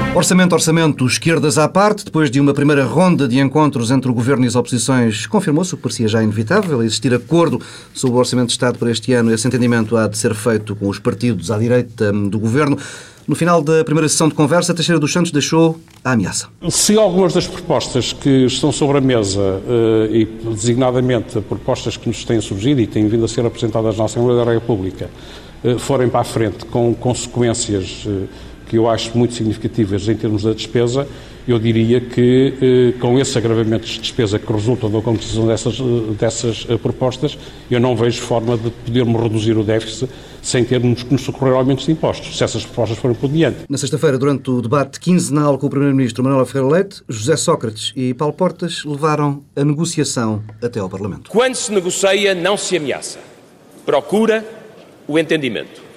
Orçamento, esquerdas à parte, depois de uma primeira ronda de encontros entre o Governo e as oposições, confirmou-se o que parecia já inevitável, existir acordo sobre o Orçamento de Estado para este ano. Esse entendimento há de ser feito com os partidos à direita do Governo. No final da primeira sessão de conversa, Teixeira dos Santos deixou a ameaça. Se algumas das propostas que estão sobre a mesa, e designadamente propostas que nos têm surgido e têm vindo a ser apresentadas na Assembleia da República, forem para a frente com consequências que eu acho muito significativas em termos da despesa, eu diria que com esses agravamentos de despesa que resultam da conclusão dessas propostas, eu não vejo forma de podermos reduzir o déficit sem termos que nos socorrer aumentos de impostos, se essas propostas forem por diante. Na sexta-feira, durante o debate quinzenal com o Primeiro-Ministro Manuel Ferreira Leite, José Sócrates e Paulo Portas levaram a negociação até ao Parlamento. Quando se negocia, não se ameaça. Procura o entendimento.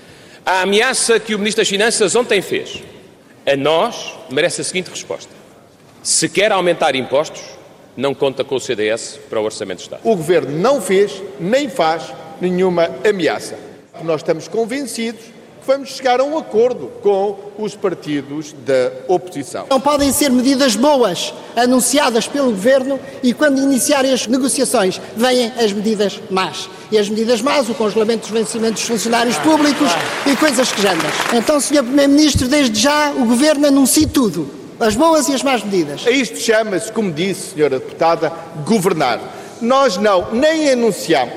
A ameaça que o Ministro das Finanças ontem fez a nós merece a seguinte resposta. Se quer aumentar impostos, não conta com o CDS para o Orçamento de Estado. O Governo não fez, nem faz, nenhuma ameaça. Nós estamos convencidos que vamos chegar a um acordo com os partidos da oposição. Não podem ser medidas boas anunciadas pelo Governo e quando iniciarem as negociações vêm as medidas más. E as medidas más, o congelamento dos vencimentos dos funcionários públicos e coisas que jandas. Então, Sr. Primeiro-Ministro, desde já o Governo anuncie tudo, as boas e as más medidas. Isto chama-se, como disse, Sra. Deputada, governar. Nós nem anunciamos,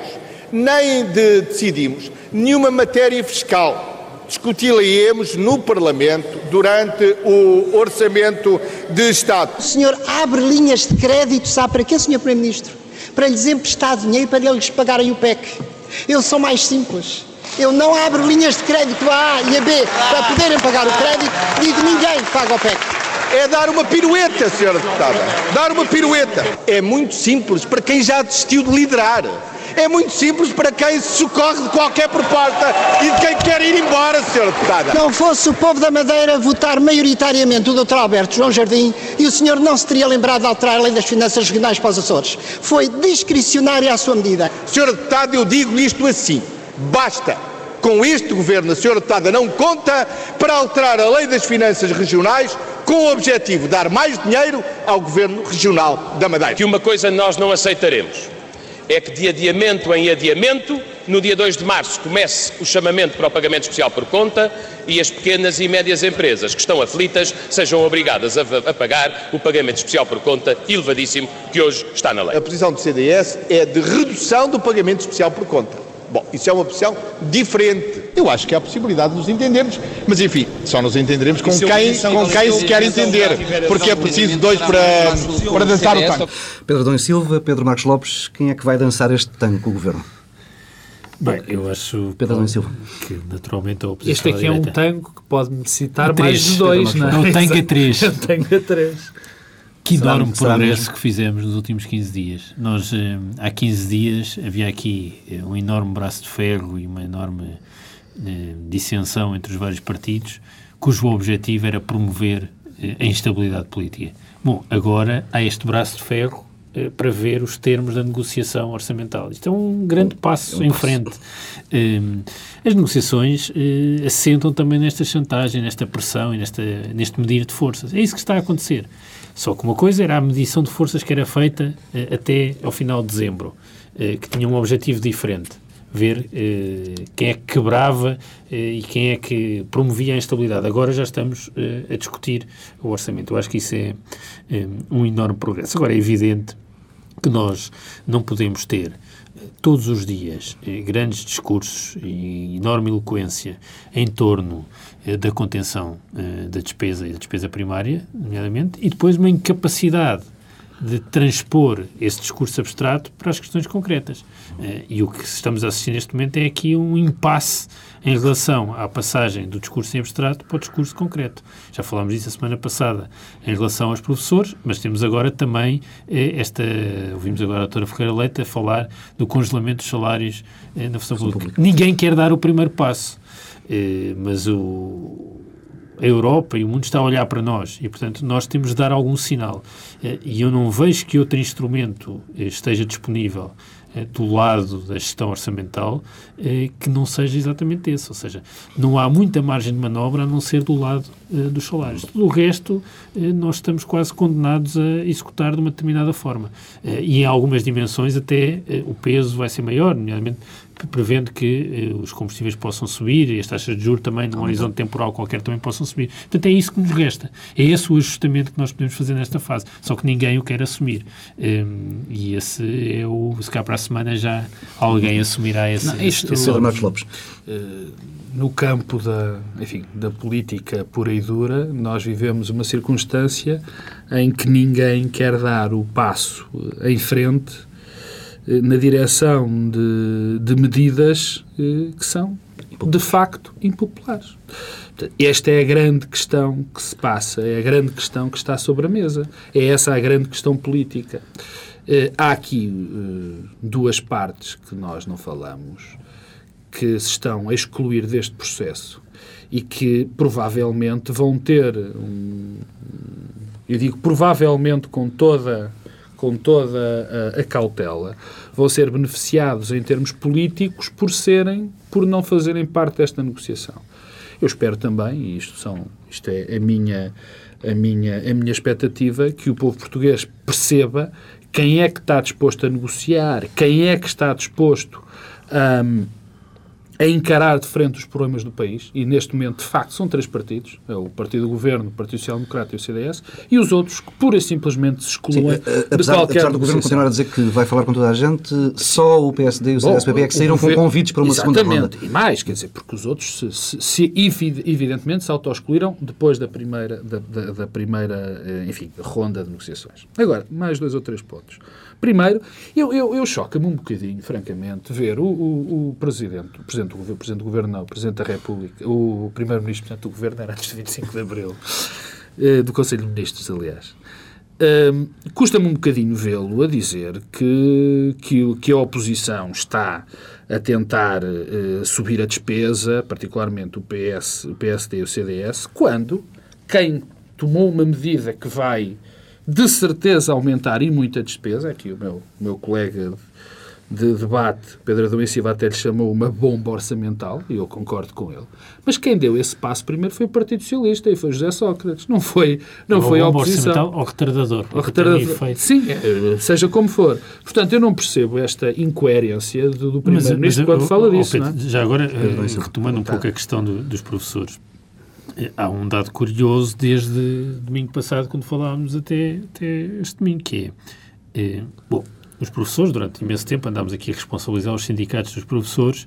nem decidimos nenhuma matéria fiscal. Discuti-la-íamos no Parlamento durante o Orçamento de Estado. O senhor abre linhas de crédito, sabe para quê, Sr. Primeiro-Ministro? Para lhes emprestar dinheiro para eles pagarem o PEC. Eles são mais simples. Eu não abro linhas de crédito a e a B para poderem pagar o crédito, digo ninguém paga o PEC. É dar uma pirueta, Sra. Deputada. Dar uma pirueta. É muito simples para quem já desistiu de liderar. É muito simples para quem se socorre de qualquer proposta e de quem quer ir embora, Sra. Deputada. Não fosse o povo da Madeira votar maioritariamente o Dr. Alberto João Jardim e o senhor não se teria lembrado de alterar a Lei das Finanças Regionais para os Açores. Foi discricionária a sua medida. Sra. Deputada, eu digo-lhe isto assim. Basta. Com este Governo, a Sra. Deputada não conta para alterar a Lei das Finanças Regionais com o objetivo de dar mais dinheiro ao Governo Regional da Madeira. Que uma coisa nós não aceitaremos é que de adiamento em adiamento, no dia 2 de março, comece o chamamento para o pagamento especial por conta e as pequenas e médias empresas que estão aflitas sejam obrigadas a pagar o pagamento especial por conta elevadíssimo que hoje está na lei. A posição do CDS é de redução do pagamento especial por conta. Bom, isso é uma opção diferente. Eu acho que há a possibilidade de nos entendermos, mas enfim, só nos entenderemos com quem se quer entender, porque é preciso dois para dançar o tango. Pedro Adão e Silva, Pedro Marcos Lopes, quem é que vai dançar este tango com o Governo? Bem, eu acho Pedro Adão e Silva. Que naturalmente a oposição. Este aqui é um tango que pode necessitar mais de dois, não é? É um tango a três. É um tango a três. Que enorme progresso que fizemos nos últimos 15 dias. Nós, há 15 dias, havia aqui um enorme braço de ferro e uma enorme dissensão entre os vários partidos, cujo objetivo era promover a instabilidade política. Bom, agora há este braço de ferro para ver os termos da negociação orçamental. Isto é um grande passo em frente. As negociações assentam também nesta chantagem, nesta pressão e neste medir de forças. É isso que está a acontecer. Só que uma coisa era a medição de forças que era feita até ao final de dezembro, que tinha um objetivo diferente. Ver quem é que quebrava e quem é que promovia a instabilidade. Agora já estamos a discutir o orçamento. Eu acho que isso é um enorme progresso. Agora é evidente que nós não podemos ter todos os dias grandes discursos e enorme eloquência em torno da contenção da despesa e da despesa primária, nomeadamente, e depois uma incapacidade de transpor esse discurso abstrato para as questões concretas. E o que estamos a assistir neste momento é aqui um impasse em relação à passagem do discurso em abstrato para o discurso concreto. Já falámos disso a semana passada em relação aos professores, mas temos agora também ouvimos agora a doutora Ferreira Leite a falar do congelamento dos salários na função pública. Ninguém quer dar o primeiro passo, mas a Europa e o mundo está a olhar para nós e, portanto, nós temos de dar algum sinal. E eu não vejo que outro instrumento esteja disponível do lado da gestão orçamental que não seja exatamente esse. Ou seja, não há muita margem de manobra a não ser do lado dos salários. Tudo o resto nós estamos quase condenados a executar de uma determinada forma. E em algumas dimensões até o peso vai ser maior, nomeadamente prevendo que os combustíveis possam subir e as taxas de juros também, num horizonte temporal qualquer, também possam subir. Portanto, é isso que nos resta. É esse o ajustamento que nós podemos fazer nesta fase. Só que ninguém o quer assumir. E esse é o... Se cá para a semana já alguém assumirá esse... Marcos Lopes. No campo da política pura e dura, nós vivemos uma circunstância em que ninguém quer dar o passo em frente na direção de medidas que são, de facto, impopulares. Esta é a grande questão que se passa, é a grande questão que está sobre a mesa. É essa a grande questão política. Há aqui duas partes que nós não falamos, que se estão a excluir deste processo e que provavelmente vão ter, eu digo provavelmente com toda a cautela, vão ser beneficiados em termos políticos por não fazerem parte desta negociação. Eu espero também, e isto é a minha expectativa, que o povo português perceba quem é que está disposto a negociar, quem é que está disposto a encarar de frente os problemas do país, e neste momento, de facto, são 3 partidos, é o Partido do Governo, o Partido Social Democrata e o CDS, e os outros que pura e simplesmente se excluem de qualquer... Apesar do Governo continuar a dizer que vai falar com toda a gente, só o PSD e o CDS-PP é que saíram com convites para uma segunda ronda. Exatamente, e mais, quer dizer, porque os outros evidentemente se auto-excluíram depois da primeira ronda de negociações. Agora, mais 2 ou 3 pontos. Primeiro, eu choca-me um bocadinho, francamente, ver o Presidente do Governo não, o Presidente da República, o Primeiro-Ministro, portanto, do Governo era antes de 25 de Abril, do Conselho de Ministros, aliás. Custa-me um bocadinho vê-lo a dizer que a oposição está a tentar subir a despesa, particularmente o PSD e o CDS, quando quem tomou uma medida que vai de certeza aumentar e muita despesa, aqui o meu colega de debate, Pedro Adão e Silva, até lhe chamou uma bomba orçamental, e eu concordo com ele, mas quem deu esse passo primeiro foi o Partido Socialista e foi José Sócrates, não foi a oposição. Ou retardador. Sim, seja como for. Portanto, eu não percebo esta incoerência do Primeiro-Ministro quando fala disso. Pedro, não é? Já agora, retomando um pouco a questão dos professores, há um dado curioso desde domingo passado, quando falávamos até este domingo, que é... os professores, durante imenso tempo, andámos aqui a responsabilizar os sindicatos dos professores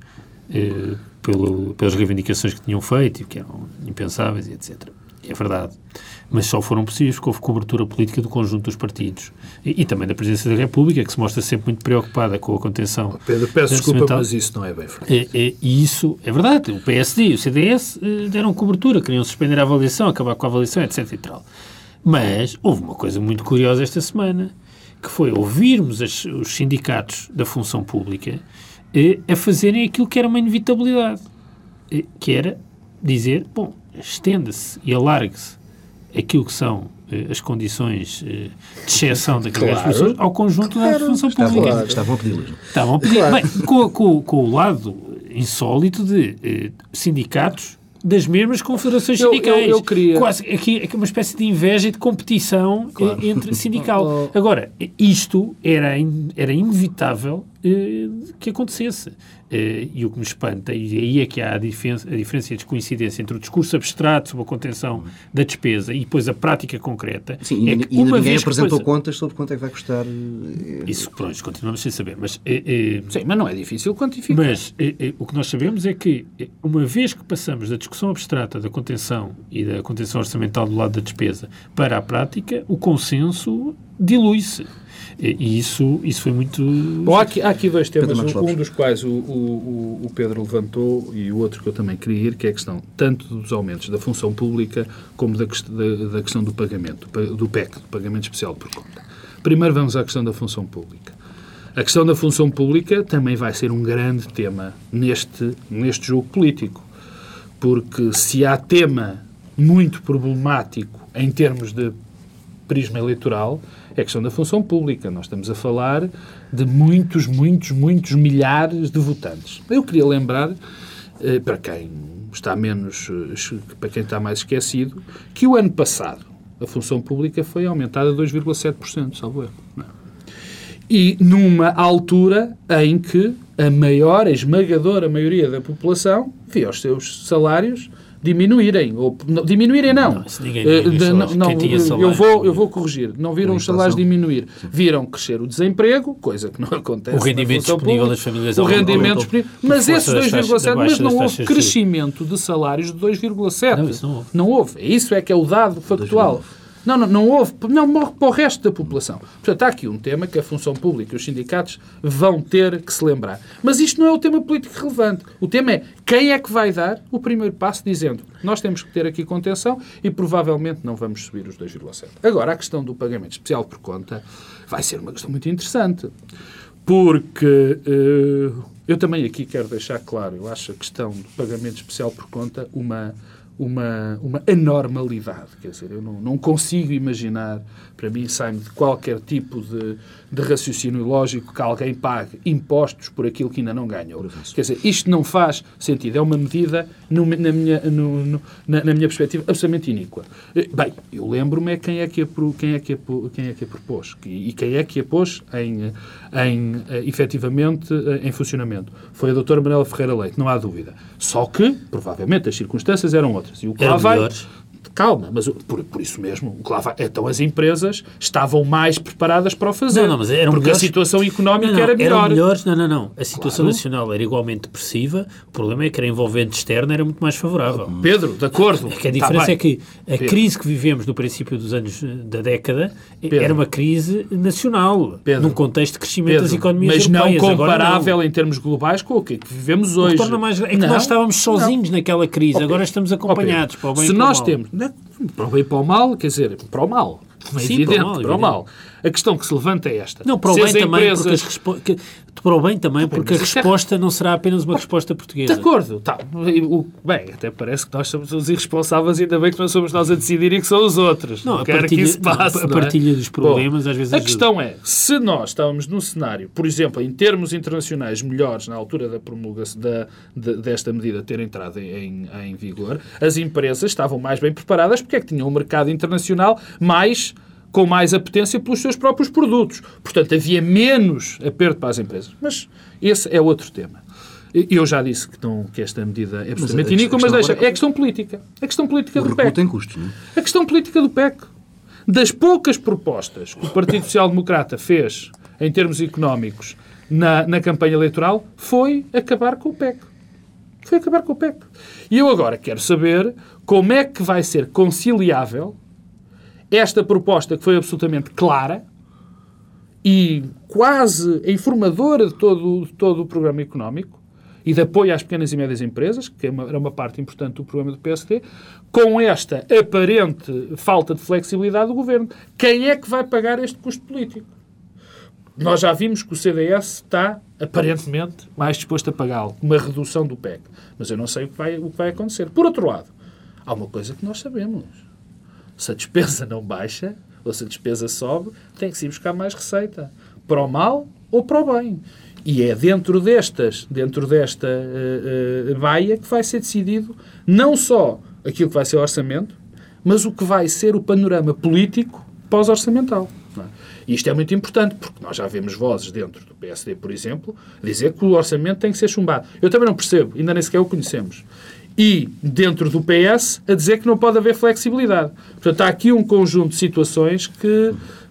pelas reivindicações que tinham feito e que eram impensáveis, etc. É verdade. Mas só foram possíveis porque houve cobertura política do conjunto dos partidos e também da Presidência da República, que se mostra sempre muito preocupada com a contenção. Pedro, peço desculpa, mas isso não é bem verdade. E isso é verdade. O PSD e o CDS deram cobertura, queriam suspender a avaliação, acabar com a avaliação, etc. e tal. Mas houve uma coisa muito curiosa esta semana, que foi ouvirmos os sindicatos da função pública a fazerem aquilo que era uma inevitabilidade, que era dizer, bom, estenda-se e alargue-se aquilo que são as condições de exceção daquelas pessoas ao conjunto da função pública. Estavam a pedi-las. Estavam a pedir. Bem, com o lado insólito de sindicatos das mesmas confederações sindicais. Eu queria... Quase aqui uma espécie de inveja e de competição entre sindical. Agora, isto era inevitável que acontecesse. E o que me espanta, e aí é que há a diferença e a descoincidência entre o discurso abstrato sobre a contenção da despesa e depois a prática concreta. Sim, é que e ninguém apresentou contas sobre quanto é que vai custar. Isso, pronto, continuamos sem saber. Mas, sim, mas não é difícil quantificar. Mas o que nós sabemos é que, uma vez que passamos da discussão abstrata da contenção e da contenção orçamental do lado da despesa para a prática, o consenso dilui-se. E isso foi muito... Bom, há aqui 2 temas, um dos quais o Pedro levantou e o outro que eu também queria ir, que é a questão tanto dos aumentos da função pública como da questão do pagamento, do PEC, do Pagamento Especial por Conta. Primeiro vamos à questão da função pública. A questão da função pública também vai ser um grande tema neste jogo político, porque se há tema muito problemático em termos de prisma eleitoral, é a questão da função pública. Nós estamos a falar de muitos milhares de votantes. Eu queria lembrar para quem está mais esquecido, que o ano passado a função pública foi aumentada a 2,7%, salvo erro. Não é? E numa altura em que a esmagadora maioria da população via os seus salários diminuírem. Diminuírem não. Eu vou corrigir. Não viram os salários diminuir. Viram crescer o desemprego, coisa que não acontece. O rendimento disponível das famílias. O rendimento disponível. Mas esses 2,7%, mas não houve crescimento de salários de 2,7%. Não houve. Isso é que é o dado factual. Não houve. Não morre para o resto da população. Portanto, há aqui um tema que a função pública e os sindicatos vão ter que se lembrar. Mas isto não é o tema político relevante. O tema é quem é que vai dar o primeiro passo dizendo nós temos que ter aqui contenção e provavelmente não vamos subir os 2,7%. Agora, a questão do pagamento especial por conta vai ser uma questão muito interessante. Porque eu também aqui quero deixar claro, eu acho a questão do pagamento especial por conta uma anormalidade. Quer dizer, eu não consigo imaginar, para mim sai-me de qualquer tipo de raciocínio lógico que alguém pague impostos por aquilo que ainda não ganhou. Quer dizer, isto não faz sentido. É uma medida, na minha perspectiva, absolutamente iníqua. Bem, eu lembro-me quem é que a propôs e quem é que a pôs efetivamente em funcionamento. Foi a doutora Manuela Ferreira Leite, não há dúvida. Só que, provavelmente, as circunstâncias eram outras. E o que lá vai... Calma, mas por isso mesmo, o que lá vai... Então as empresas estavam mais preparadas para o fazer. Mas eram porque melhores... a situação económica era melhor. Eram melhores, não. A situação nacional era igualmente depressiva. O problema é que a envolvente externa era muito mais favorável. Pedro, de acordo. A diferença é que a crise que vivemos no princípio dos anos da década era uma crise nacional, num contexto de crescimento das economias europeias. Mas não comparável em termos globais com o que vivemos hoje. É que nós estávamos sozinhos naquela crise, agora estamos acompanhados. Para o bem e para o mal. Se nós temos... Para o bem e para o mal, quer dizer, para o mal. É evidente, para o mal. A questão que se levanta é esta. Não, para o bem também, para o bem também, porque a resposta não será apenas uma resposta portuguesa. De acordo. Tá. Bem, até parece que nós somos os irresponsáveis, ainda bem que não somos nós a decidir e que são os outros. Não, a partilha dos problemas às vezes ajuda. A questão é, se nós estávamos num cenário, por exemplo, em termos internacionais melhores na altura da promulgação desta medida ter entrado em vigor, as empresas estavam mais bem preparadas porque é que tinham um mercado internacional com mais apetência pelos seus próprios produtos. Portanto, havia menos aperto para as empresas. Mas esse é outro tema. Eu já disse que esta medida é absolutamente iníqua, mas deixa. É a questão política. A questão política do PEC. Tem custos, não é? A questão política do PEC. Das poucas propostas que o Partido Social Democrata fez em termos económicos na campanha eleitoral foi acabar com o PEC. Foi acabar com o PEC. E eu agora quero saber como é que vai ser conciliável esta proposta que foi absolutamente clara e quase informadora de todo o programa económico e de apoio às pequenas e médias empresas, que era uma parte importante do programa do PSD, com esta aparente falta de flexibilidade do Governo. Quem é que vai pagar este custo político? Nós já vimos que o CDS está, aparentemente, mais disposto a pagá-lo, uma redução do PEC. Mas eu não sei o que vai acontecer. Por outro lado, há uma coisa que nós sabemos. Se a despesa não baixa, ou se a despesa sobe, tem que se ir buscar mais receita. Para o mal ou para o bem. E é dentro desta baia que vai ser decidido não só aquilo que vai ser o orçamento, mas o que vai ser o panorama político pós-orçamental. Não é? E isto é muito importante, porque nós já vemos vozes dentro do PSD, por exemplo, dizer que o orçamento tem que ser chumbado. Eu também não percebo, ainda nem sequer o conhecemos. E, dentro do PS, a dizer que não pode haver flexibilidade. Portanto, há aqui um conjunto de situações que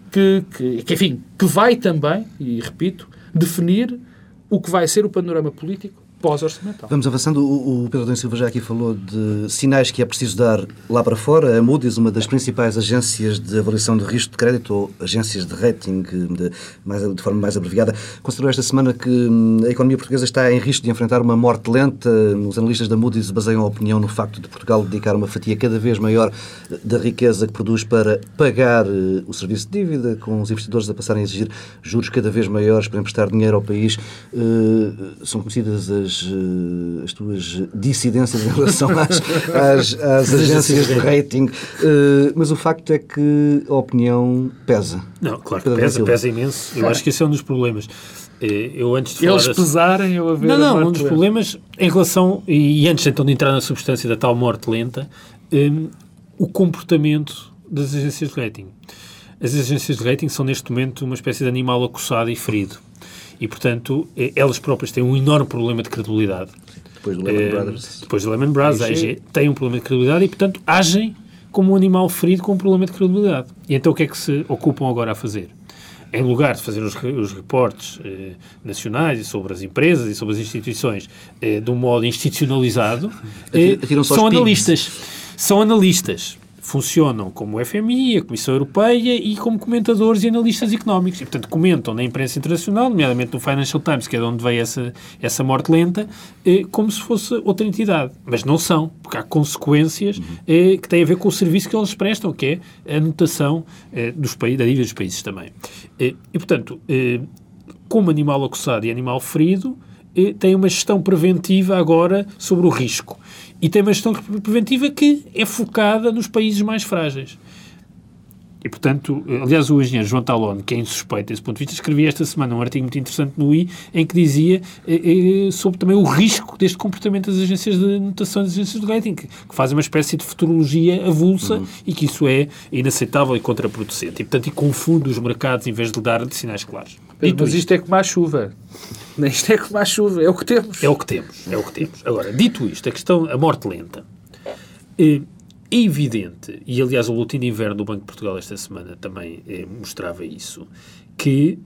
vai também, e repito, definir o que vai ser o panorama político pós-orçamental. Vamos avançando. O Pedro Adão Silva já aqui falou de sinais que é preciso dar lá para fora. A Moody's, uma das principais agências de avaliação de risco de crédito, ou agências de rating, de forma mais abreviada, considerou esta semana que a economia portuguesa está em risco de enfrentar uma morte lenta. Os analistas da Moody's baseiam a opinião no facto de Portugal dedicar uma fatia cada vez maior da riqueza que produz para pagar o serviço de dívida, com os investidores a passarem a exigir juros cada vez maiores para emprestar dinheiro ao país. São conhecidas as tuas dissidências em relação às agências de rating, mas o facto é que a opinião pesa. Não, claro que pesa imenso. Eu acho que esse é um dos problemas. Eu antes de falar Eles pesarem eu a ver um dos problemas em relação, e antes então de entrar na substância da tal morte lenta, o comportamento das agências de rating. As agências de rating são neste momento uma espécie de animal acossado e ferido. E, portanto, elas próprias têm um enorme problema de credibilidade. Depois do Lehman Brothers. Depois do Lehman Brothers, a AG tem um problema de credibilidade e, portanto, agem como um animal ferido com um problema de credibilidade. E então o que é que se ocupam agora a fazer? Em lugar de fazer os reportes nacionais sobre as empresas e sobre as instituições de um modo institucionalizado, são analistas. São analistas. Funcionam como o FMI, a Comissão Europeia e como comentadores e analistas económicos. E, portanto, comentam na imprensa internacional, nomeadamente no Financial Times, que é de onde veio essa morte lenta, como se fosse outra entidade. Mas não são, porque há consequências que têm a ver com o serviço que eles prestam, que é a anotação da dívida dos países também. E, portanto, como animal acossado e animal ferido, tem uma gestão preventiva agora sobre o risco. E tem uma gestão preventiva que é focada nos países mais frágeis. E, portanto, aliás, o engenheiro João Talon, que é insuspeito desse ponto de vista, escrevia esta semana um artigo muito interessante no I, em que dizia sobre também o risco deste comportamento das agências de notação e das agências de rating, que fazem uma espécie de futurologia avulsa e que isso é inaceitável e contraproducente. E, portanto, confunde os mercados em vez de dar sinais claros. Mas isto é como a chuva. Isto é como a chuva. É o que temos. É o que temos. Agora, dito isto, a morte lenta, é evidente, e aliás o boletim de inverno do Banco de Portugal esta semana também mostrava isso, que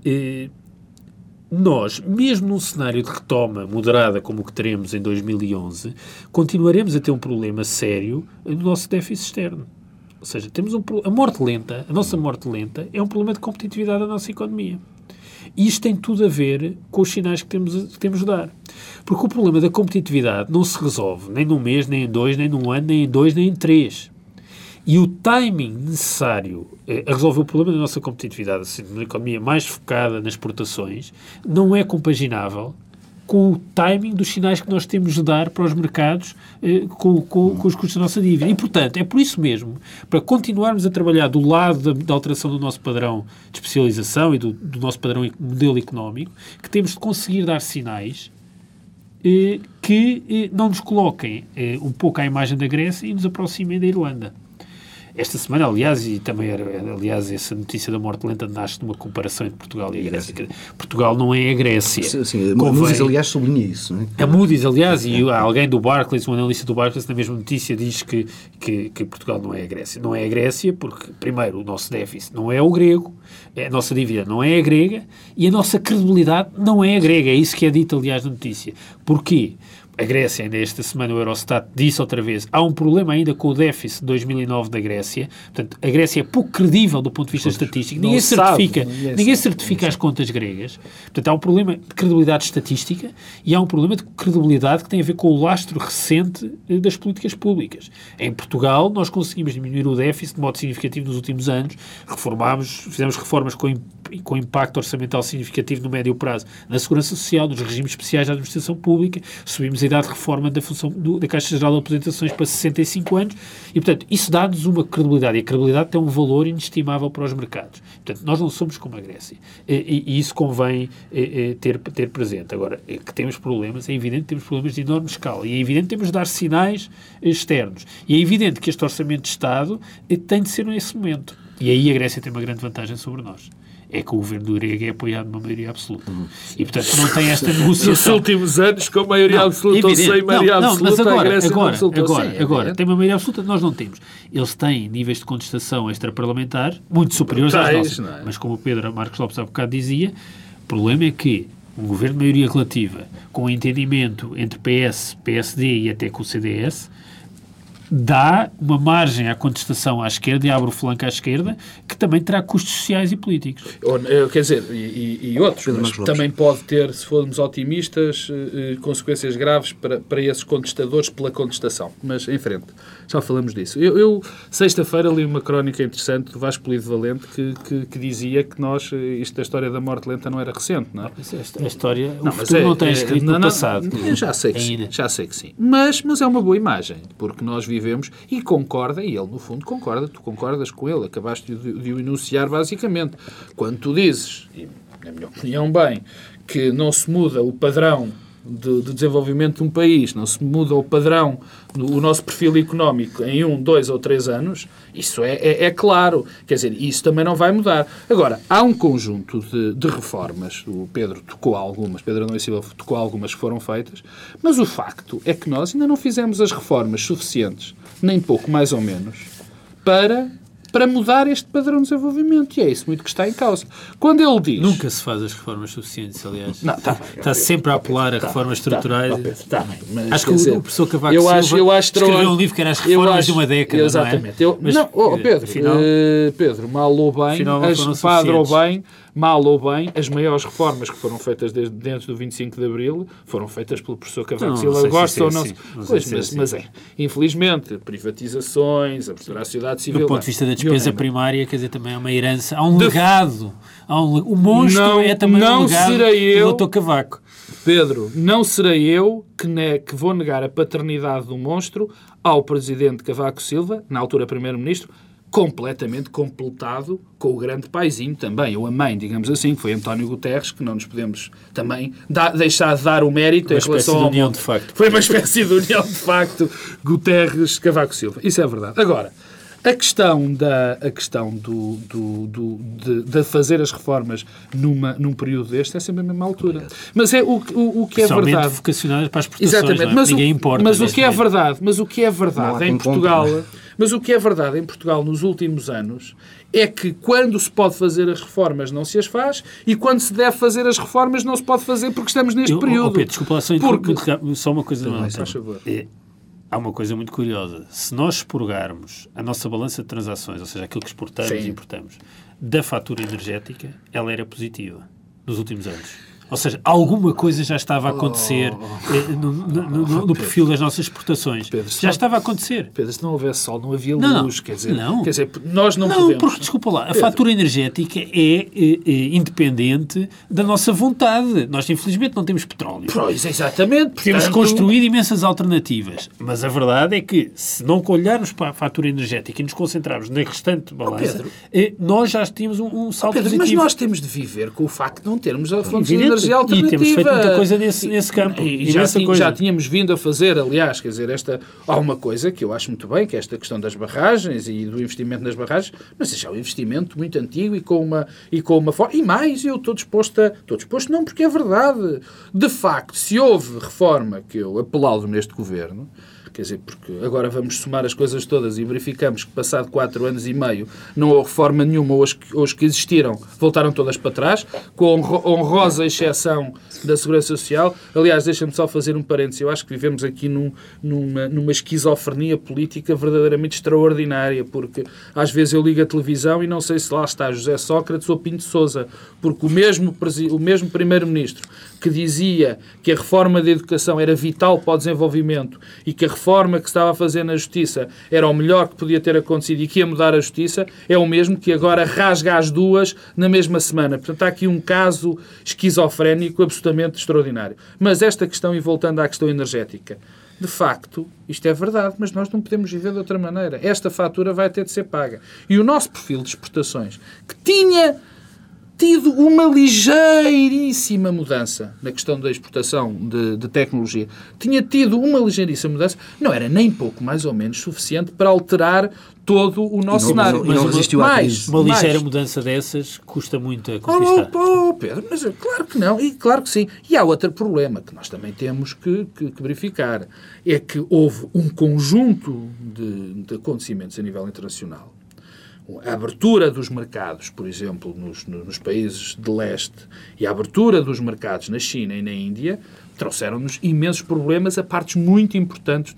nós, mesmo num cenário de retoma moderada como o que teremos em 2011, continuaremos a ter um problema sério no nosso déficit externo. Ou seja, temos a nossa morte lenta é um problema de competitividade da nossa economia. E isto tem tudo a ver com os sinais que temos de dar. Porque o problema da competitividade não se resolve nem num mês, nem em 2, nem num ano, nem em 2, nem em 3. E o timing necessário a resolver o problema da nossa competitividade, assim, numa economia mais focada nas exportações, não é compaginável com o timing dos sinais que nós temos de dar para os mercados com os custos da nossa dívida. E, portanto, é por isso mesmo, para continuarmos a trabalhar do lado da alteração do nosso padrão de especialização e do nosso padrão modelo económico, que temos de conseguir dar sinais que não nos coloquem um pouco à imagem da Grécia e nos aproximem da Irlanda. Esta semana, aliás, e também essa notícia da morte lenta nasce de uma comparação entre Portugal e a Grécia. Portugal não é a Grécia. Sim, a Moody's, aliás, sublinha isso, não é? A Moody's, aliás, e alguém do Barclays, um analista do Barclays, na mesma notícia diz que Portugal não é a Grécia. Não é a Grécia porque, primeiro, o nosso déficit não é o grego, a nossa dívida não é a grega e a nossa credibilidade não é a grega. É isso que é dito, aliás, na notícia. Porquê? A Grécia, ainda esta semana o Eurostat disse outra vez, há um problema ainda com o déficit de 2009 da Grécia. Portanto, a Grécia é pouco credível do ponto de vista estatístico. Ninguém certifica as contas gregas. Portanto, há um problema de credibilidade estatística e há um problema de credibilidade que tem a ver com o lastro recente das políticas públicas. Em Portugal, nós conseguimos diminuir o déficit de modo significativo nos últimos anos. Fizemos reformas com impacto orçamental significativo no médio prazo na Segurança Social, nos regimes especiais da administração pública, subimos a idade de reforma da função da Caixa Geral de Aposentações para 65 anos e, portanto, isso dá-nos uma credibilidade e a credibilidade tem um valor inestimável para os mercados. Portanto, nós não somos como a Grécia e isso convém ter presente. Agora, que temos problemas, é evidente que temos problemas de enorme escala e é evidente que temos de dar sinais externos e é evidente que este orçamento de Estado tem de ser nesse momento. E aí a Grécia tem uma grande vantagem sobre nós. É que o governo grego é apoiado numa maioria absoluta. E, portanto, não tem esta negociação. Nos últimos anos, com maioria absoluta ou sem maioria absoluta, mas a Grécia não resultou. Agora, tem uma maioria absoluta, nós não temos. Eles têm níveis de contestação extraparlamentar muito superiores às nossas. Não é? Mas, como o Pedro Marcos Lopes há bocado dizia, o problema é que um governo de maioria relativa, com um entendimento entre PS, PSD e até com o CDS, dá uma margem à contestação à esquerda e abre o flanco à esquerda, que também terá custos sociais e políticos. Quer dizer, e outros, mas também pode ter, se formos otimistas, consequências graves para esses contestadores pela contestação. Mas, em frente, já falamos disso. Eu sexta-feira, li uma crónica interessante do Vasco Polido Valente que dizia que isto da história da morte lenta não era recente, não é? A história, o futuro não tem escrito no passado. Já sei que sim. Mas é uma boa imagem, porque nós vivemos, e concorda, e ele no fundo concorda, tu concordas com ele, acabaste de o enunciar basicamente. Quando tu dizes, na minha opinião, bem, que não se muda o padrão de desenvolvimento de um país, não se muda o padrão, o nosso perfil económico em 1, 2 ou 3 anos, isso é claro. Quer dizer, isso também não vai mudar. Agora, há um conjunto de reformas, o Pedro tocou algumas, Pedro Adão e Silva tocou algumas que foram feitas, mas o facto é que nós ainda não fizemos as reformas suficientes, nem pouco mais ou menos, para mudar este padrão de desenvolvimento. E é isso muito que está em causa. Quando ele diz... Nunca se faz as reformas suficientes, aliás. Não, está sempre a apelar a reformas estruturais. Está bem, mas, acho que o professor Cavaco Silva escreveu um livro que era as reformas de uma década, exatamente. Não é? Pedro, mal ou bem, as maiores reformas que foram feitas dentro do 25 de Abril foram feitas pelo professor Cavaco Silva. Gosta ou não? Mas infelizmente, privatizações, abertura à sociedade civil... Do ponto de vista da despesa primária, quer dizer, também há uma herança, há um legado. O monstro é também um legado do Dr. Cavaco. Pedro, não serei eu que vou negar a paternidade do monstro ao presidente Cavaco Silva, na altura primeiro-ministro, completamente completado com o grande paizinho também, ou a mãe, digamos assim, que foi António Guterres, que não nos podemos também deixar de dar o mérito em relação ao união de facto. Foi uma espécie de união de facto, Guterres-Cavaco Silva. Isso é verdade. Agora, a questão de fazer as reformas num período deste é sempre a mesma altura. Mas é o que é verdade. Vocacionadas para as exportações, exatamente, mas ninguém importa. Mas o que é verdade em Portugal, mas o que é verdade em Portugal nos últimos anos é que quando se pode fazer as reformas não se as faz e quando se deve fazer as reformas não se pode fazer porque estamos neste período. Pedro, desculpa, só uma coisa. Há uma coisa muito curiosa. Se nós expurgarmos a nossa balança de transações, ou seja, aquilo que exportamos e importamos, da fatura energética, ela era positiva nos últimos anos. Ou seja, alguma coisa já estava a acontecer no perfil das nossas exportações. Pedro, já estava a acontecer. Pedro, se não houvesse sol, não havia luz. Quer dizer, nós não podemos... Não, porque, desculpa lá, Pedro, a fatura energética é independente da nossa vontade. Nós, infelizmente, não temos petróleo. Pois, exatamente. Temos construído imensas alternativas. Mas a verdade é que, se não olharmos para a fatura energética e nos concentrarmos na restante balança, nós já tínhamos um salto positivo. Mas nós temos de viver com o facto de não termos a fonte de energia alternativa. E temos feito muita coisa nesse campo. E já tínhamos vindo a fazer, aliás, quer dizer, há uma coisa que eu acho muito bem, que é esta questão das barragens e do investimento nas barragens, mas já é um investimento muito antigo e com uma forma... E mais, eu estou disposto não, porque é verdade. De facto, se houve reforma que eu aplaudo neste governo, quer dizer, porque agora vamos somar as coisas todas e verificamos que passado 4 anos e meio não houve reforma nenhuma, ou as que existiram voltaram todas para trás, com a honrosa exceção da Segurança Social. Aliás, deixa-me só fazer um parênteses. Eu acho que vivemos aqui numa esquizofrenia política verdadeiramente extraordinária, porque às vezes eu ligo a televisão e não sei se lá está José Sócrates ou Pinto de Sousa, porque o mesmo primeiro-ministro que dizia que a reforma da educação era vital para o desenvolvimento e que a reforma que se estava a fazer na Justiça era o melhor que podia ter acontecido e que ia mudar a Justiça, é o mesmo que agora rasga as duas na mesma semana. Portanto, há aqui um caso esquizofrénico absolutamente extraordinário. Mas esta questão, e voltando à questão energética, de facto, isto é verdade, mas nós não podemos viver de outra maneira. Esta fatura vai ter de ser paga. E o nosso perfil de exportações, que tinha tido uma ligeiríssima mudança na questão da exportação de tecnologia, tinha tido uma ligeiríssima mudança, não era nem pouco mais ou menos suficiente para alterar todo o nosso cenário. Mas não resistiu à crise. Uma ligeira mudança dessas custa muito a conquistar. Pedro, mas claro que não, e claro que sim. E há outro problema que nós também temos que verificar, é que houve um conjunto de acontecimentos a nível internacional. A abertura dos mercados, por exemplo, nos países de leste e a abertura dos mercados na China e na Índia trouxeram-nos imensos problemas a partes muito importantes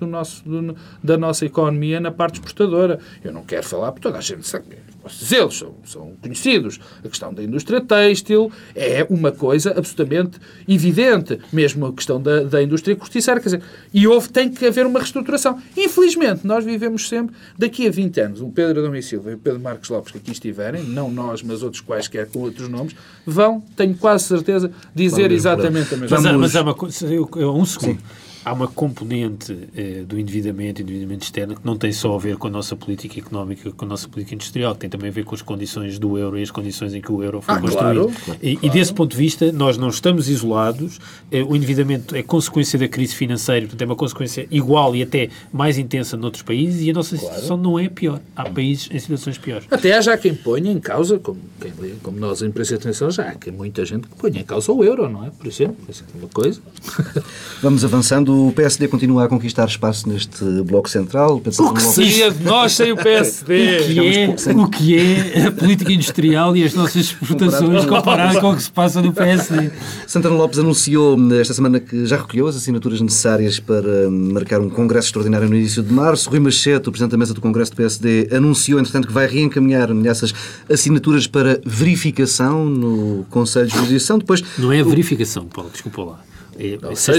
da nossa economia na parte exportadora. Eu não quero falar, porque toda a gente sabe, eles são conhecidos. A questão da indústria têxtil é uma coisa absolutamente evidente. Mesmo a questão da indústria corticeira. Quer dizer, tem que haver uma reestruturação. Infelizmente, nós vivemos sempre, daqui a 20 anos, o Pedro Adão e Silva e o Pedro Marcos Lopes, que aqui estiverem, não nós, mas outros quaisquer com outros nomes, vão, tenho quase certeza, dizer exatamente a mesma coisa. Mas há uma coisa, um segundo. há uma componente do endividamento externo que não tem só a ver com a nossa política económica, com a nossa política industrial, que tem também a ver com as condições do euro e as condições em que o euro foi construído. Claro. E desse ponto de vista, nós não estamos isolados. O endividamento é consequência da crise financeira, portanto é uma consequência igual e até mais intensa noutros países, e a nossa situação não é pior. Há países em situações piores. Até já quem ponha em causa, como nós em imprensa internacional, já há muita gente que ponha em causa o euro, não é? Por exemplo, essa é uma coisa. Vamos avançando. O PSD continua a conquistar espaço neste bloco central. O que seria de nós sem o PSD? O que é a política industrial e as nossas exportações comparado com o que se passa no PSD? Santana Lopes anunciou esta semana que já recolheu as assinaturas necessárias para marcar um congresso extraordinário no início de março. Rui Machete, o presidente da mesa do Congresso do PSD, anunciou, entretanto, que vai reencaminhar essas assinaturas para verificação no Conselho de Jurisdição. Depois, não é verificação, Paulo, desculpa lá. Se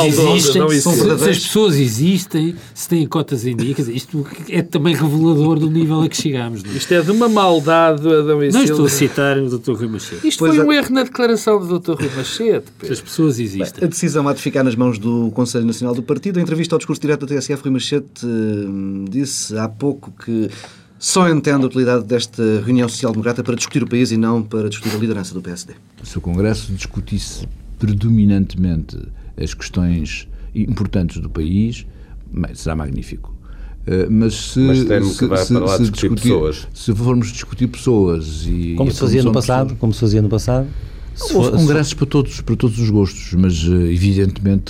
as pessoas existem, se têm cotas em dia, quer dizer, isto é também revelador do nível a que chegamos. Não é? Isto é de uma maldade, Adão e Silva. Não estou a citar o Dr. Rui Machete. Isto foi um erro na declaração do Dr. Rui Machete. As pessoas existem. A decisão há de ficar nas mãos do Conselho Nacional do Partido. Em entrevista ao discurso direto da TSF, Rui Machete disse há pouco que só entende a utilidade desta reunião social-democrata para discutir o país e não para discutir a liderança do PSD. Se o Congresso discutisse predominantemente as questões importantes do país, será magnífico. Mas temo que vai para lá discutir pessoas. Se formos discutir pessoas e... Como se fazia no passado? Houve congressos para todos os gostos, mas evidentemente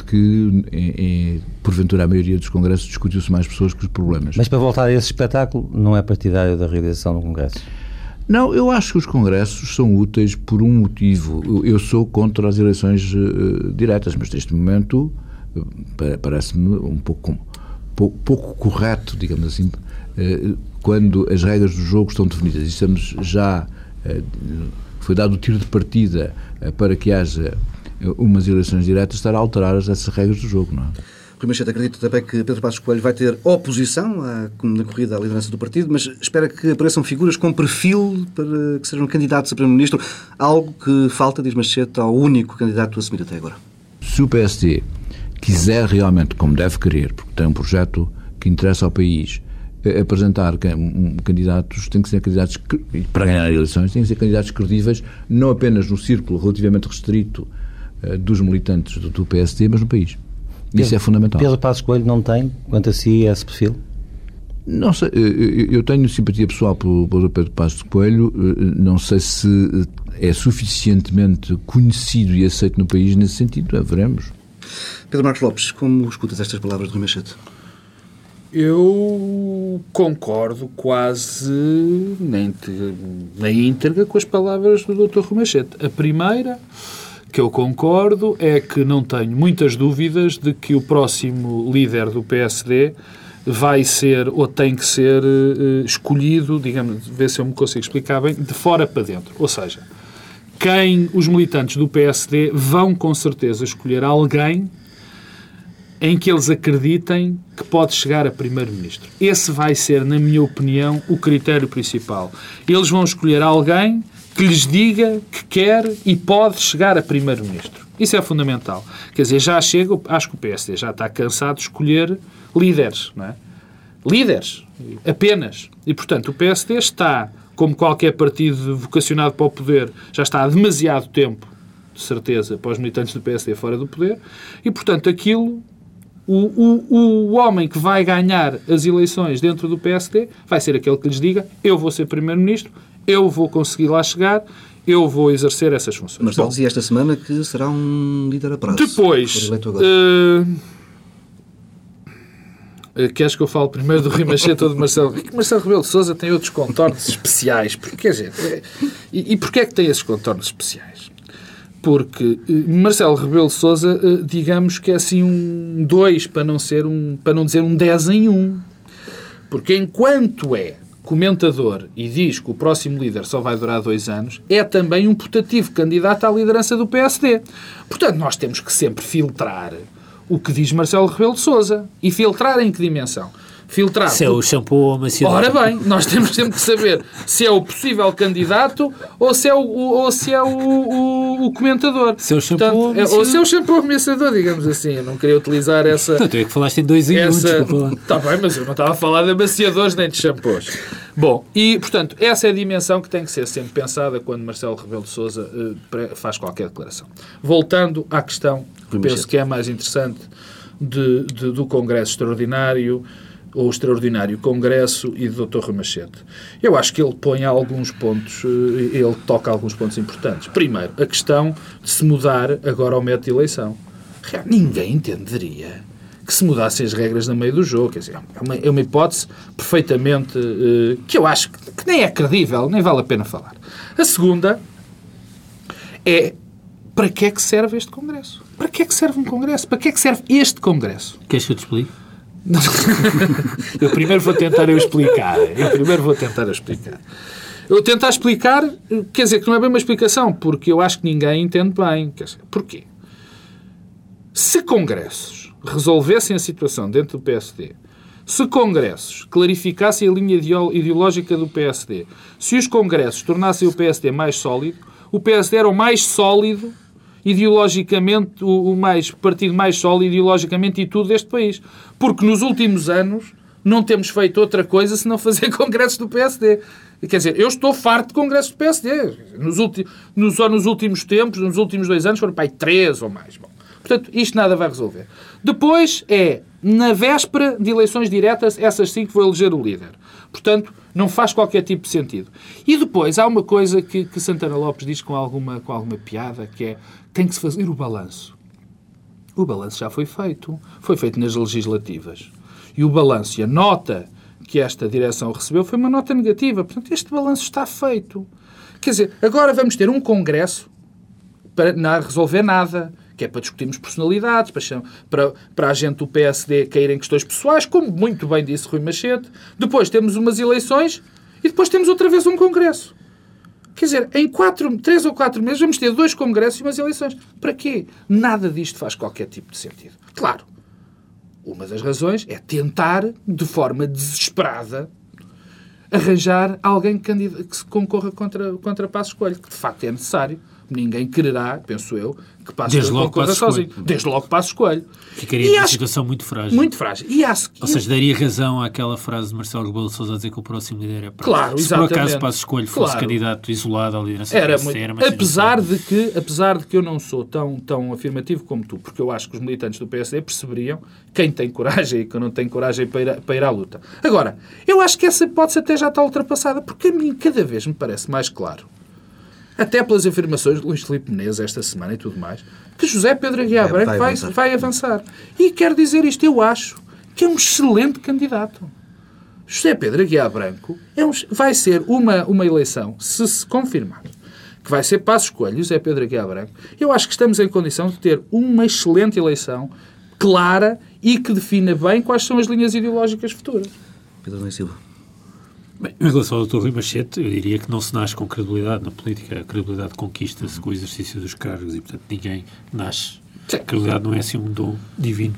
que porventura a maioria dos congressos discutiu-se mais pessoas que os problemas. Mas para voltar a esse espetáculo, não é partidário da realização do congresso? Não, eu acho que os congressos são úteis por um motivo. Eu sou contra as eleições diretas, mas neste momento parece-me um pouco correto, digamos assim, quando as regras do jogo estão definidas. E estamos já... foi dado o tiro de partida para que haja umas eleições diretas, estar a alterar essas regras do jogo, não é? Rui Machete acredita também que Pedro Passos Coelho vai ter oposição na corrida à liderança do partido, mas espera que apareçam figuras com perfil para que sejam candidatos a Primeiro-Ministro, algo que falta, diz Machete, ao único candidato assumido até agora. Se o PSD quiser realmente, como deve querer, porque tem um projeto que interessa ao país, apresentar candidatos, tem que ser candidatos, para ganhar eleições, tem que ser candidatos credíveis, não apenas no círculo relativamente restrito dos militantes do PSD, mas no país. Isso é fundamental. Pedro Passos Coelho não tem, quanto a si, esse perfil? Não sei, eu tenho simpatia pessoal pelo Pedro Passos Coelho, não sei se é suficientemente conhecido e aceito no país nesse sentido, veremos. Pedro Marcos Lopes, como escutas estas palavras de Rui Machete? Eu concordo quase na íntegra com as palavras do Dr. Rui Machete. A primeira que eu concordo é que não tenho muitas dúvidas de que o próximo líder do PSD vai ser, ou tem que ser, escolhido, digamos, ver se eu me consigo explicar bem, de fora para dentro. Ou seja, os militantes do PSD vão com certeza escolher alguém em que eles acreditem que pode chegar a Primeiro-Ministro. Esse vai ser, na minha opinião, o critério principal. Eles vão escolher alguém que lhes diga que quer e pode chegar a Primeiro-Ministro. Isso é fundamental. Quer dizer, acho que o PSD já está cansado de escolher líderes, não é? Líderes, apenas. E, portanto, o PSD está, como qualquer partido vocacionado para o poder, já está há demasiado tempo, de certeza, para os militantes do PSD fora do poder, e, portanto, o homem que vai ganhar as eleições dentro do PSD vai ser aquele que lhes diga: eu vou ser Primeiro-Ministro, eu vou conseguir lá chegar, eu vou exercer essas funções. Marcelo dizia esta semana que será um líder a prazo. Depois, queres que eu fale primeiro do Rui Machete ou de Marcelo? Marcelo Rebelo de Sousa tem outros contornos especiais. Quer dizer, e porquê é que tem esses contornos especiais? Porque Marcelo Rebelo de Sousa, digamos que é assim um 2, para não dizer um 10 em 1. Porque enquanto é comentador e diz que o próximo líder só vai durar 2 anos, é também um putativo candidato à liderança do PSD. Portanto, nós temos que sempre filtrar o que diz Marcelo Rebelo de Sousa. E filtrar em que dimensão? filtrado. Se é o shampoo ou a maciador. Ora bem, nós temos sempre que saber se é o possível candidato ou se é o comentador. Se é o shampoo ou se é o shampoo ou ameaçador, digamos assim. Eu não queria utilizar essa... Então, tu é que falaste em 2 minutos. Está bem, mas eu não estava a falar de amaciadores nem de shampoos. Bom, e, portanto, essa é a dimensão que tem que ser sempre pensada quando Marcelo Rebelo de Sousa faz qualquer declaração. Voltando à questão, penso que é mais interessante do Congresso Extraordinário ou Extraordinário Congresso e do Dr. Rui Machete. Eu acho que ele põe alguns pontos, ele toca alguns pontos importantes. Primeiro, a questão de se mudar agora ao método de eleição. Ninguém entenderia que se mudassem as regras no meio do jogo. Quer dizer, é uma hipótese perfeitamente que eu acho que nem é credível, nem vale a pena falar. A segunda é: para que é que serve este Congresso? Para que é que serve um Congresso? Para que é que serve este Congresso? Queres que eu te explique? Eu primeiro vou tentar explicar. Eu tentar explicar, quer dizer, que não é bem uma explicação, porque eu acho que ninguém entende bem. Quer dizer, porquê? Se congressos resolvessem a situação dentro do PSD, se congressos clarificassem a linha ideológica do PSD, se os congressos tornassem o PSD mais sólido, o PSD era o mais sólido ideologicamente, o partido mais sólido ideologicamente e tudo deste país. Porque nos últimos anos não temos feito outra coisa senão fazer congressos do PSD. Quer dizer, eu estou farto de congressos do PSD. Nos últimos tempos, nos últimos 2 anos, foram para aí 3 ou mais. Bom, portanto, isto nada vai resolver. Depois na véspera de eleições diretas, essas 5 vão eleger o líder. Portanto, não faz qualquer tipo de sentido. E depois, há uma coisa que Santana Lopes diz com alguma piada, que é: tem que se fazer o balanço. O balanço já foi feito nas legislativas. E o balanço e a nota que esta direção recebeu foi uma nota negativa. Portanto, este balanço está feito. Quer dizer, agora vamos ter um congresso para não resolver nada, que é para discutirmos personalidades, para a gente do PSD cair em questões pessoais, como muito bem disse Rui Machete. Depois temos umas eleições e depois temos outra vez um congresso. Quer dizer, em 3 ou 4 meses vamos ter 2 congressos e umas eleições. Para quê? Nada disto faz qualquer tipo de sentido. Claro, uma das razões é tentar, de forma desesperada, arranjar alguém que se concorra contra Passos Coelho, que de facto é necessário. Ninguém quererá, penso eu, que Passos Coelho concorra sozinho. Desde logo Passos Coelho. Ficaria numa situação muito frágil. Muito frágil. Ou seja, daria razão àquela frase de Marcelo Rebelo de Sousa a dizer que o próximo líder é Passos. Claro, se por acaso Passos Coelho fosse candidato isolado à liderança era do muito, era mais apesar de que eu não sou tão afirmativo como tu, porque eu acho que os militantes do PSD perceberiam quem tem coragem e quem não tem coragem para ir à luta. Agora, eu acho que essa hipótese até já está ultrapassada, porque a mim cada vez me parece mais claro, até pelas afirmações de Luís Filipe Menezes esta semana e tudo mais, que José Pedro Aguiar Branco vai avançar. E quero dizer isto, eu acho que é um excelente candidato. José Pedro Aguiar Branco vai ser uma eleição, se confirmar, que vai ser Passos Coelho e José Pedro Aguiar Branco. Eu acho que estamos em condição de ter uma excelente eleição, clara e que defina bem quais são as linhas ideológicas futuras. Pedro Nunes Silva. Bem, em relação ao Dr. Rui Machete, eu diria que não se nasce com credibilidade na política. A credibilidade conquista-se com o exercício dos cargos e, portanto, ninguém nasce. A credibilidade não é assim um dom divino.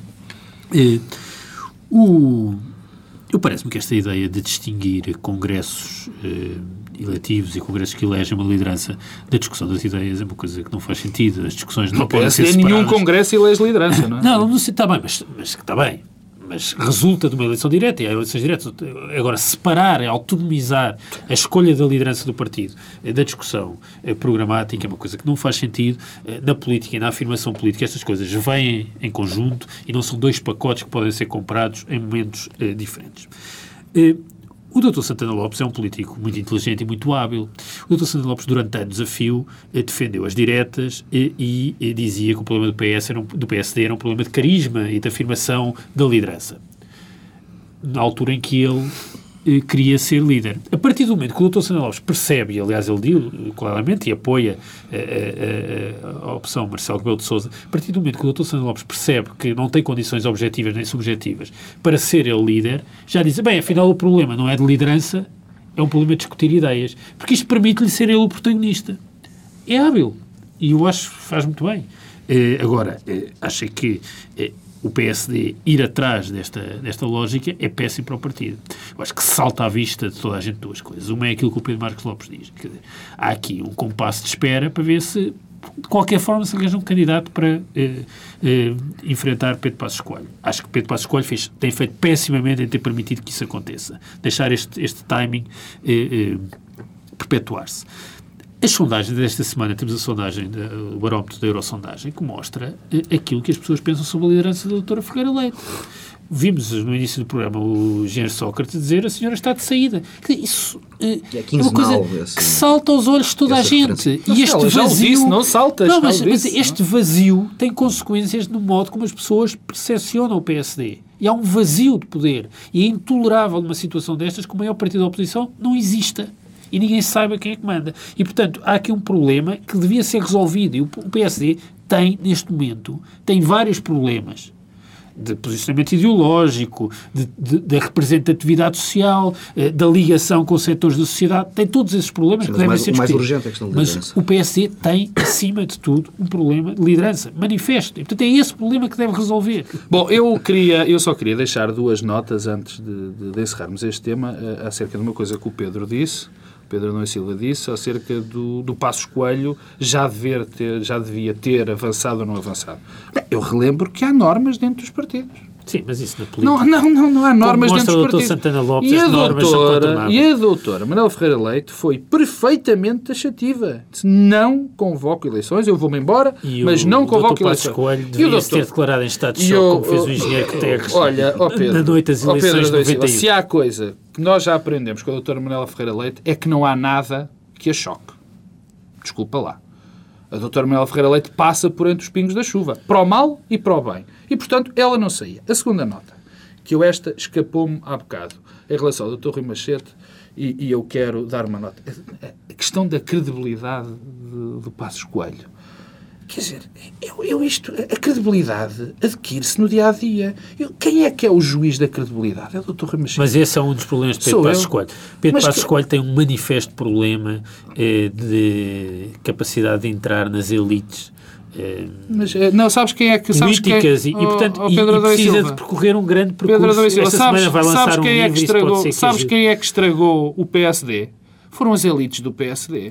Eu parece-me que esta ideia de distinguir congressos eletivos e congressos que elegem uma liderança da discussão das ideias é uma coisa que não faz sentido. As discussões não podem ser separadas. Nenhum congresso elege liderança, não é? Não sei, está bem, mas está bem. Mas resulta de uma eleição direta, e há eleições diretas. Agora, separar, autonomizar a escolha da liderança do partido da discussão programática é uma coisa que não faz sentido. Na política e na afirmação política, estas coisas vêm em conjunto e não são 2 pacotes que podem ser comprados em momentos diferentes. O Dr. Santana Lopes é um político muito inteligente e muito hábil. O Dr. Santana Lopes, durante anos a fio, defendeu as diretas e dizia que o problema do PSD era um problema de carisma e de afirmação da liderança. Na altura em que ele queria ser líder. A partir do momento que o Dr. Santana Lopes percebe, e aliás ele diz claramente e apoia a opção Marcelo Rebelo de Sousa, a partir do momento que o Dr. Santana Lopes percebe que não tem condições objetivas nem subjetivas para ser ele líder, já diz, bem, afinal o problema não é de liderança, é um problema de discutir ideias, porque isto permite-lhe ser ele o protagonista. É hábil, e eu acho que faz muito bem. Agora, acho que o PSD ir atrás desta lógica é péssimo para o partido. Eu acho que salta à vista de toda a gente duas coisas. Uma é aquilo que o Pedro Marcos Lopes diz. Quer dizer, há aqui um compasso de espera para ver se, de qualquer forma, se arranja um candidato para enfrentar Pedro Passos Coelho. Acho que Pedro Passos Coelho tem feito pessimamente em ter permitido que isso aconteça. Deixar este timing perpetuar-se. As sondagens desta semana, temos a sondagem, o barómetro da Eurosondagem, que mostra aquilo que as pessoas pensam sobre a liderança da doutora Ferreira Leite. Vimos no início do programa o engenheiro Sócrates dizer a senhora está de saída. Isso é uma coisa que salta aos olhos de toda a gente. E este vazio... Não salta. Não, mas este vazio tem consequências no modo como as pessoas percepcionam o PSD. E há um vazio de poder. E é intolerável numa situação destas que o maior partido da oposição não exista. E ninguém saiba quem é que manda. E, portanto, há aqui um problema que devia ser resolvido. E o PSD tem, neste momento, vários problemas de posicionamento ideológico, da representatividade social, da ligação com setores da sociedade. Tem todos esses problemas que devem ser discutidos. O mais urgente é a questão de liderança. Mas o PSD tem, acima de tudo, um problema de liderança. Manifesto. E, portanto, é esse problema que deve resolver. Bom, eu só queria deixar duas notas antes de encerrarmos este tema acerca de uma coisa que o Pedro disse. Pedro Nuno Silva disse, acerca do Passos Coelho já devia ter avançado ou não avançado. Eu relembro que há normas dentro dos partidos. Sim, mas isso na política... Não há normas dentro dos partidos. Santana Lopes, e a doutora Manuela Ferreira Leite foi perfeitamente taxativa. Disse, não convoco eleições, eu vou-me embora, mas não convoco eleições. Coelho devia ter declarado em estado de choque, como fez o engenheiro Guterres na noite das eleições de 91. Se há coisa que nós já aprendemos com a doutora Manuela Ferreira Leite é que não há nada que a choque. Desculpa lá. A doutora Manuela Ferreira Leite passa por entre os pingos da chuva, para o mal e para o bem. E, portanto, ela não saía. A segunda nota, que esta escapou-me há bocado, em relação ao Dr. Rui Machete, e eu quero dar uma nota. A questão da credibilidade do Passos Coelho. Quer dizer, a credibilidade adquire-se no dia-a-dia. Quem é que é o juiz da credibilidade? É o Dr. Rui Machete. Mas esse é um dos problemas de Pedro Passos Coelho. Pedro Passos Coelho tem um manifesto problema de capacidade de entrar nas elites sabes quem é que... políticas e portanto, precisa de percorrer um grande percurso. Esta semana vai lançar um livro. Sabes quem é que estragou o PSD? Foram as elites do PSD.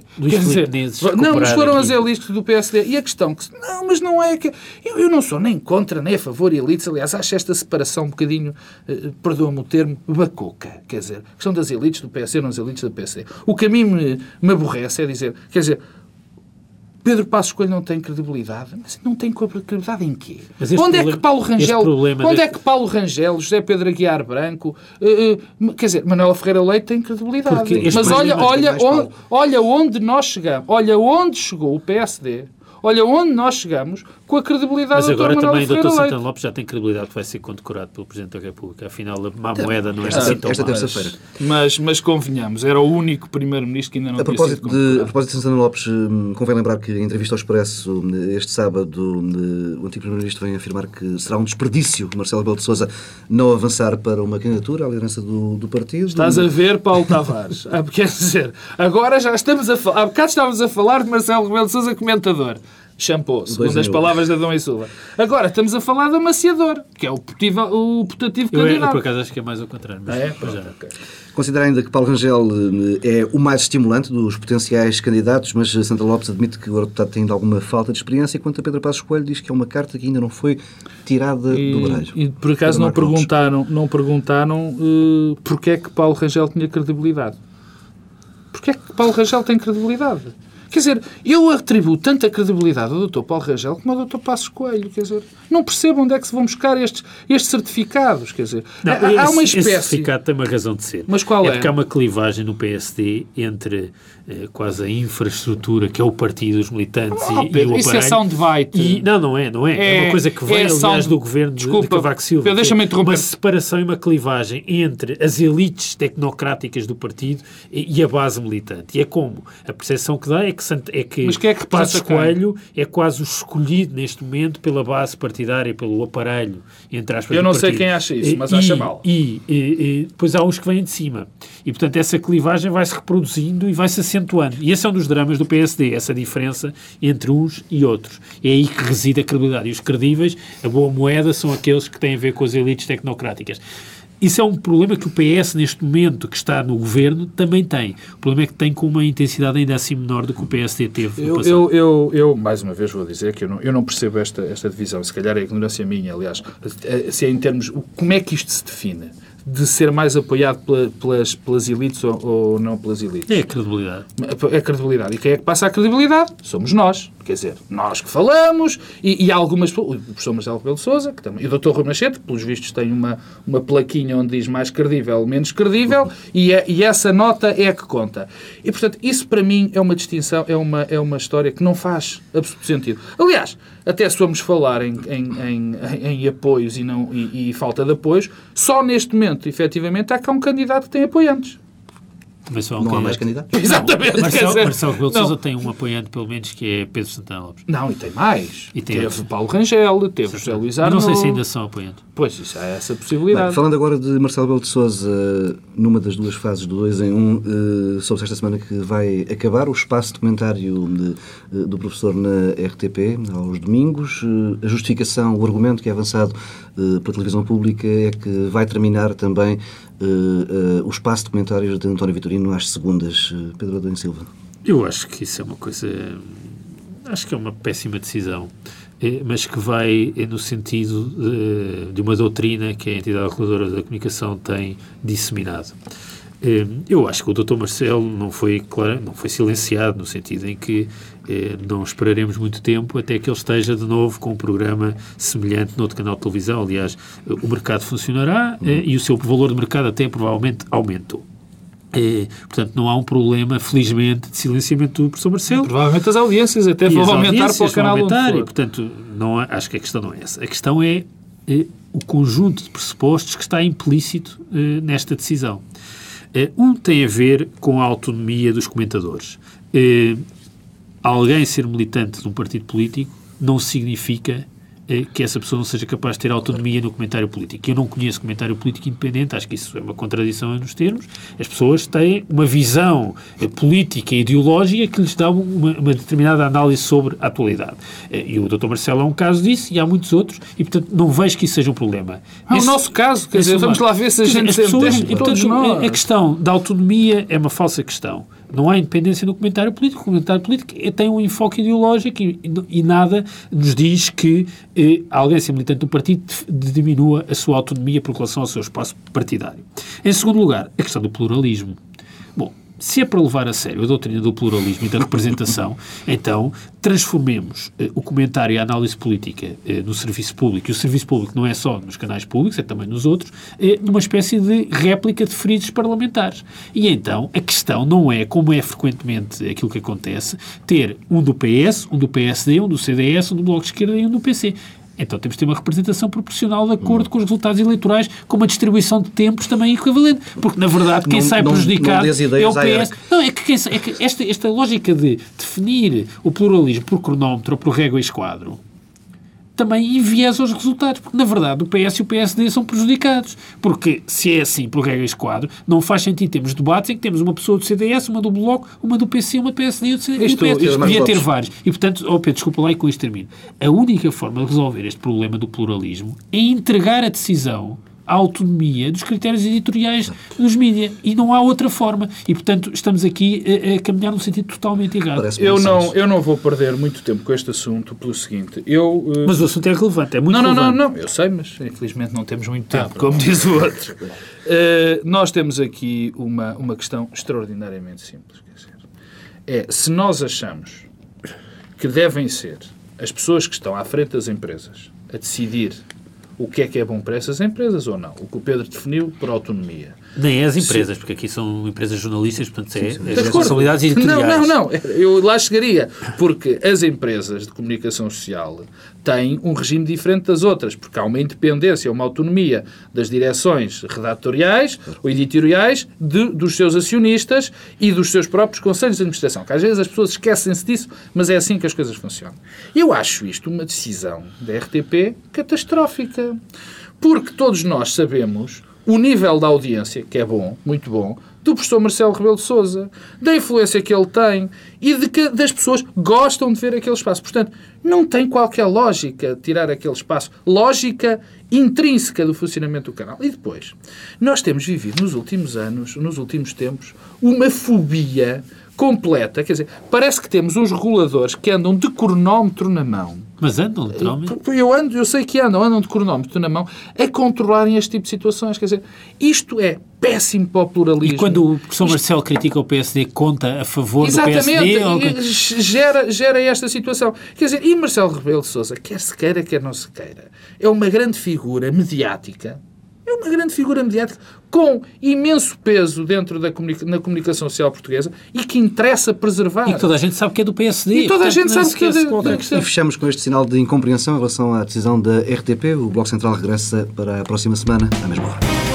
Mas foram as elites do PSD. E a questão que... mas não é que... Eu não sou nem contra, nem a favor de elites. Aliás, acho esta separação um bocadinho, perdoa-me o termo, bacoca. Quer dizer, a questão das elites do PSD, não as elites do PSD. O que a mim me aborrece é dizer... Quer dizer, Pedro Passos Coelho não tem credibilidade. Mas não tem credibilidade em quê? Onde é que Paulo Rangel, José Pedro Aguiar Branco, quer dizer, Manuela Ferreira Leite tem credibilidade. Mas olha onde nós chegamos. Olha onde chegou o PSD. Olha onde nós chegamos com a credibilidade do Dr. Manuel Ferreira Leite. Mas agora também o Dr. Santana Lopes já tem credibilidade que vai ser condecorado pelo Presidente da República. Afinal, a má moeda não é assim tão esta terça-feira. Mas convenhamos, era o único Primeiro-Ministro que ainda não tinha sido condecorado. A propósito de Santana Lopes, convém lembrar que em entrevista ao Expresso este sábado, o antigo Primeiro-Ministro vem afirmar que será um desperdício Marcelo Rebelo de Sousa não avançar para uma candidatura à liderança do partido. Estás a ver, Paulo Tavares? Quer dizer, agora já estamos a falar... Há bocado estávamos a falar de Marcelo Rebelo de Sousa comentador. Shampoo, segundo as palavras da Dom e Silva. Agora estamos a falar de amaciador, que é o putativo candidato. Eu, por acaso, acho que é mais ao contrário. Mas okay. Considera ainda que Paulo Rangel é o mais estimulante dos potenciais candidatos, mas Santana Lopes admite que o deputado tem ainda alguma falta de experiência, enquanto a Pedro Passos Coelho diz que é uma carta que ainda não foi tirada do baralho. E por acaso não perguntaram porque é que Paulo Rangel tinha credibilidade. Porque é que Paulo Rangel tem credibilidade? Quer dizer, eu atribuo tanta credibilidade ao Dr. Paulo Rangel como ao Dr. Passos Coelho. Quer dizer, não percebo onde é que se vão buscar estes certificados. Quer dizer, há uma espécie... Esse certificado tem uma razão de ser. Mas qual é? É porque há uma clivagem no PSD entre quase a infraestrutura, que é o partido, os militantes e o aparelho. Isso é soundbite. Não é. É uma coisa que vem, aliás, do governo de Cavaco Silva. Pedro, deixa-me interromper. Uma separação e uma clivagem entre as elites tecnocráticas do partido e a base militante. E é como a percepção que dá é Mas quem é que Passos Coelho é quase o escolhido neste momento pela base partidária, pelo aparelho, entre aspas. Eu não sei quem acha isso, mas acha mal. E depois há uns que vêm de cima. E, portanto, essa clivagem vai-se reproduzindo e vai-se acentuando. E esse é um dos dramas do PSD, essa diferença entre uns e outros. É aí que reside a credibilidade. E os credíveis, a boa moeda, são aqueles que têm a ver com as elites tecnocráticas. Isso é um problema que o PS, neste momento, que está no governo, também tem. O problema é que tem com uma intensidade ainda assim menor do que o PSD teve no passado. Eu mais uma vez, vou dizer que eu não percebo esta divisão. Se calhar é ignorância minha, aliás. Se é em termos... Como é que isto se define? De ser mais apoiado pelas elites ou não pelas elites? É a credibilidade. É a credibilidade. E quem é que passa a credibilidade? Somos nós. Quer dizer, nós que falamos e há algumas... O professor Marcelo Rebelo de Sousa, que também, e o Dr. Rui Machete, que pelos vistos tem uma plaquinha onde diz mais credível, menos credível, e essa nota é a que conta. E, portanto, isso para mim é uma distinção, é uma história que não faz absoluto sentido. Aliás, até se vamos falar em apoios e falta de apoios, só neste momento, efetivamente, há cá um candidato que tem apoiantes. Mas não há mais candidatos? Exatamente. Marcelo Rebelo de Sousa tem um apoiante, pelo menos, que é Pedro Santana Lopes. Não, e tem mais. Teve Paulo Rangel, teve José Luís Arnaud. Não sei se ainda são apoiantes. Pois, isso há essa possibilidade. Bem, falando agora de Marcelo Rebelo de Sousa, numa das duas fases do 2 em 1, soube-se esta semana que vai acabar o espaço de comentário do professor na RTP, aos domingos. A justificação, o argumento que é avançado pela televisão pública é que vai terminar também o espaço de comentários de António Vitorino às segundas. Pedro Adão Silva. Eu acho que isso é uma coisa... Acho que é uma péssima decisão, mas que vai no sentido de uma doutrina que a entidade reguladora da comunicação tem disseminado. Eu acho que o Dr. Marcelo não foi silenciado, no sentido em que não esperaremos muito tempo até que ele esteja de novo com um programa semelhante noutro canal de televisão. Aliás, o mercado funcionará e o seu valor de mercado até provavelmente aumentou. Portanto, não há um problema, felizmente, de silenciamento do professor Marcelo. Provavelmente as audiências até vão aumentar para o canal e, portanto, acho que a questão não é essa. A questão é o conjunto de pressupostos que está implícito nesta decisão. Um tem a ver com a autonomia dos comentadores. Alguém ser militante de um partido político não significa que essa pessoa não seja capaz de ter autonomia no comentário político. Eu não conheço comentário político independente, acho que isso é uma contradição nos termos. As pessoas têm uma visão política e ideológica que lhes dá uma determinada análise sobre a atualidade. E o Dr. Marcelo é um caso disso e há muitos outros e, portanto, não vejo que isso seja um problema. É o nosso caso, quer dizer, vamos lá ver se a gente se entende. E, portanto, a questão da autonomia é uma falsa questão. Não há independência no comentário político. O comentário político tem um enfoque ideológico e nada nos diz que alguém ser militante do partido diminua a sua autonomia por relação ao seu espaço partidário. Em segundo lugar, a questão do pluralismo. Bom, se é para levar a sério a doutrina do pluralismo e da representação, então transformemos o comentário e a análise política no serviço público, e o serviço público não é só nos canais públicos, é também nos outros, numa espécie de réplica de frisos parlamentares. E então a questão não é, como é frequentemente aquilo que acontece, ter um do PS, um do PSD, um do CDS, um do Bloco de Esquerda e um do PC. Então temos de ter uma representação proporcional de acordo com os resultados eleitorais, com uma distribuição de tempos também equivalente. Porque, na verdade, quem sai prejudicado é o PS. Não, é que esta lógica de definir o pluralismo por cronómetro ou por régua e esquadro também enviesa os resultados, porque, na verdade, o PS e o PSD são prejudicados. Porque, se é assim, por regra e esquadro, não faz sentido termos debates em que temos uma pessoa do CDS, uma do Bloco, uma do PC, uma do PSD e o PS. Devia ter vários. E, portanto, Pedro, desculpa lá e com isto termino. A única forma de resolver este problema do pluralismo é entregar a decisão à autonomia dos critérios editoriais dos mídias. E não há outra forma. E, portanto, estamos aqui a caminhar num sentido totalmente errado. Eu não vou perder muito tempo com este assunto pelo seguinte. Mas o assunto é relevante, é muito relevante. Não, eu sei, mas infelizmente não temos muito tempo, como diz o outro. Nós temos aqui uma questão extraordinariamente simples. Quer dizer, se nós achamos que devem ser as pessoas que estão à frente das empresas a decidir o que é bom para essas empresas ou não. O que o Pedro definiu por autonomia. Nem as empresas, porque aqui são empresas jornalistas, portanto as responsabilidades editoriais. Não, eu lá chegaria, porque as empresas de comunicação social têm um regime diferente das outras, porque há uma independência, uma autonomia das direções redatoriais ou editoriais dos seus acionistas e dos seus próprios conselhos de administração, que às vezes as pessoas esquecem-se disso, mas é assim que as coisas funcionam. Eu acho isto uma decisão da RTP catastrófica, porque todos nós sabemos o nível da audiência, que é bom, muito bom, do professor Marcelo Rebelo de Sousa, da influência que ele tem e de que das pessoas gostam de ver aquele espaço. Portanto, não tem qualquer lógica tirar aquele espaço. Lógica intrínseca do funcionamento do canal. E depois, nós temos vivido nos últimos anos, nos últimos tempos, uma fobia completa. Quer dizer, parece que temos uns reguladores que andam de cronómetro na mão. Mas andam, literalmente? Eu sei que andam de cronómetro na mão a controlarem este tipo de situações. Quer dizer, isto é péssimo para o pluralismo. E quando o professor Marcelo critica o PSD, conta a favor do PSD? Exatamente, gera esta situação. Quer dizer, e Marcelo Rebelo de Sousa, quer se queira, quer não se queira, é uma grande figura mediática. É uma grande figura mediática com imenso peso dentro na comunicação social portuguesa e que interessa preservar. E que toda a gente sabe que é do PSD. E toda a gente sabe que é do PSD. E fechamos com este sinal de incompreensão em relação à decisão da RTP. O Bloco Central regressa para a próxima semana, à mesma hora.